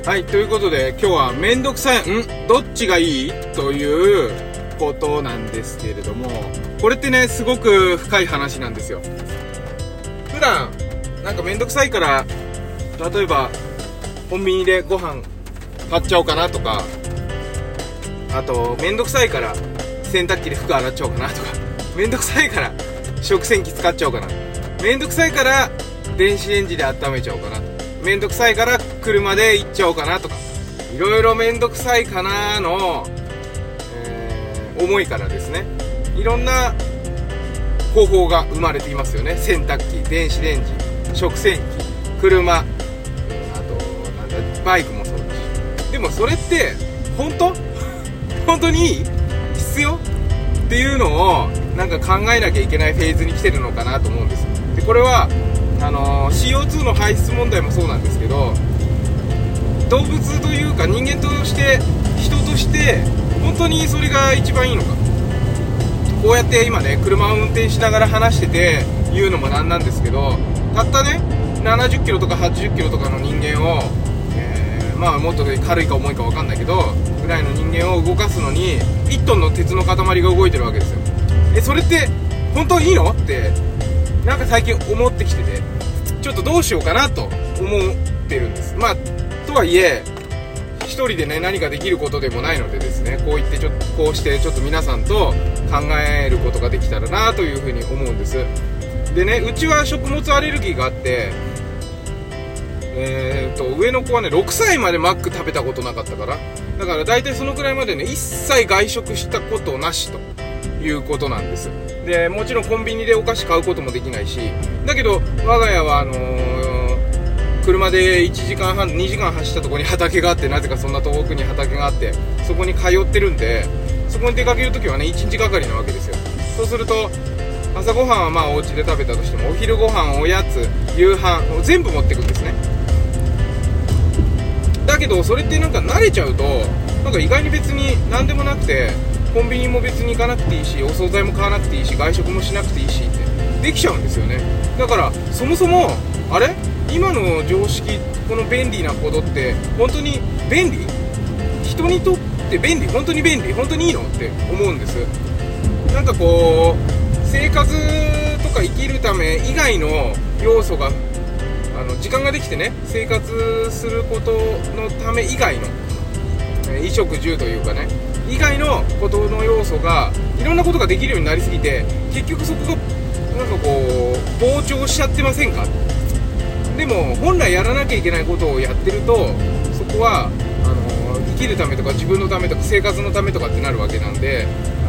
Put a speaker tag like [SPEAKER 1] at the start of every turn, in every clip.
[SPEAKER 1] はい、ということで今日はめんどくさいどっちがいいということなんですけれども、これってねすごく深い話なんですよ。普段なんかめんどくさいから、例えばコンビニでご飯買っちゃおうかなとか、あとめんどくさいから洗濯機で服洗っちゃおうかなとか、めんどくさいから食洗機使っちゃおうかな、めんどくさいから電子レンジで温めちゃおうかな、めんどくさいから車で行っちゃおうかなとか、いろいろめんどくさいかなの、思いからですね、いろんな方法が生まれていますよね。洗濯機、電子レンジ、食洗機、車、あとなんだバイクもそうだし。でもそれって本当にいい？必要？っていうのをなんか考えなきゃいけないフェーズに来てるのかなと思うんです。でこれはCO2 の排出問題もそうなんですけど、動物というか人間として人として本当にそれが一番いいのか。こうやって今ね車を運転しながら話してて言うのもなんなんですけど、たったね70キロとか80キロとかの人間を、まあもっと軽いか重いか分かんないけどぐらいの人間を動かすのに1トンの鉄の塊が動いてるわけですよ。それって本当にいいのってなんか最近思ってきてて、ちょっとどうしようかなと思ってるんです。まあとはいえ一人でね何かできることでもないのでですね、こうしてちょっと皆さんと考えることができたらなというふうに思うんです。でね、うちは食物アレルギーがあって、上の子はね6歳までマック食べたことなかったから、だから大体そのくらいまでね一切外食したことなしということなんです。でもちろんコンビニでお菓子買うこともできないし、だけど我が家は車で1時間半2時間走ったところに畑があって、なぜかそんな遠くに畑があって、そこに通ってるんで、そこに出かけるときはね1日がかりなわけですよ。そうすると朝ごはんはまあお家で食べたとしても、お昼ご飯、おやつ、夕飯全部持ってくんですね。だけどそれってなんか慣れちゃうとなんか意外に別に何でもなくて、コンビニも別に行かなくていいし、お惣菜も買わなくていいし、外食もしなくていいしってできちゃうんですよね。だからそもそもあれ今の常識、この便利なことって本当に便利？人にとって便利？本当に便利？本当にいいの？って思うんです。なんかこう生活とか生きるため以外の要素が時間ができてね、生活することのため以外の衣食住というかね以外のことの要素がいろんなことができるようになりすぎて、結局そこがなんかこう膨張しちゃってませんか。でも本来やらなきゃいけないことをやってると、そこは生きるためとか自分のためとか生活のためとかってなるわけなんで、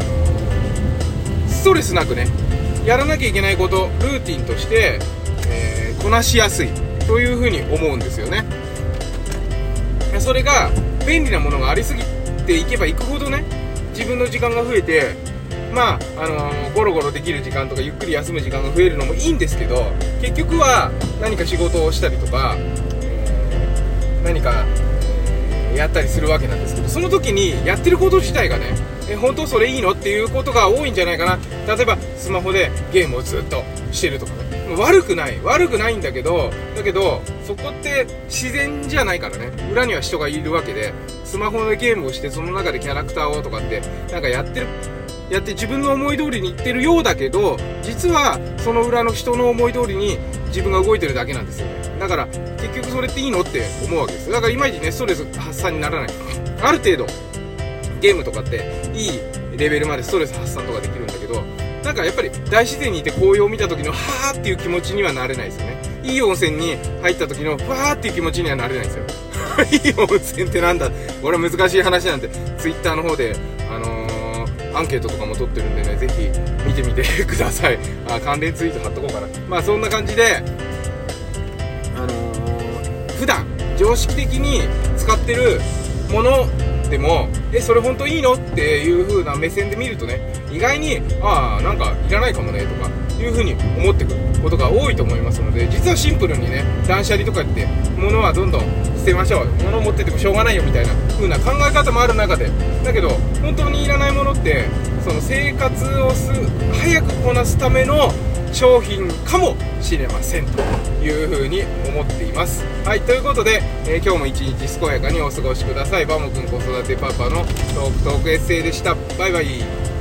[SPEAKER 1] ストレスなくねやらなきゃいけないこと、ルーティンとして、こなしやすいというふうに思うんですよね。それが便利なものがありすぎていけばいくほどね、自分の時間が増えて、まあゴロゴロできる時間とかゆっくり休む時間が増えるのもいいんですけど、結局は何か仕事をしたりとか、何か、やったりするわけなんですけど、その時にやってること自体がね、本当それいいのっていうことが多いんじゃないかな。例えばスマホでゲームをずっとしてるとかね、悪くないんだけど、そこって自然じゃないからね。裏には人がいるわけで、スマホでゲームをしてその中でキャラクターをとかってなんかやって自分の思い通りにいってるようだけど、実はその裏の人の思い通りに自分が動いてるだけなんですよね。だから結局それっていいのって思うわけです。だからいまいちねストレス発散にならない。ある程度ゲームとかっていいレベルまでストレス発散とかできるんだけど、なんかやっぱり大自然にいて紅葉を見た時のはーっていう気持ちにはなれないですよね。いい温泉に入った時のわーっていう気持ちにはなれないですよいい温泉ってなんだ、これは難しい話なんで、ツイッターの方でアンケートとかも取ってるんでね、ぜひ見てみてください。関連ツイート貼っとこうかな。まあそんな感じで普段常識的に使ってるものでもそれ本当いいのっていう風な目線で見るとね、意外になんかいらないかもねとかいう風に思ってくることが多いと思いますので、実はシンプルにね断捨離とかって物はどんどん捨てましょう、物を持っててもしょうがないよみたいな風な考え方もある中で、だけど本当にいらないものってその生活を早くこなすための商品かもしれませんというふうに思っています。はい、ということで、今日も一日健やかにお過ごしください。バモくん子育てパパのトークエッセイでした。バイバイ。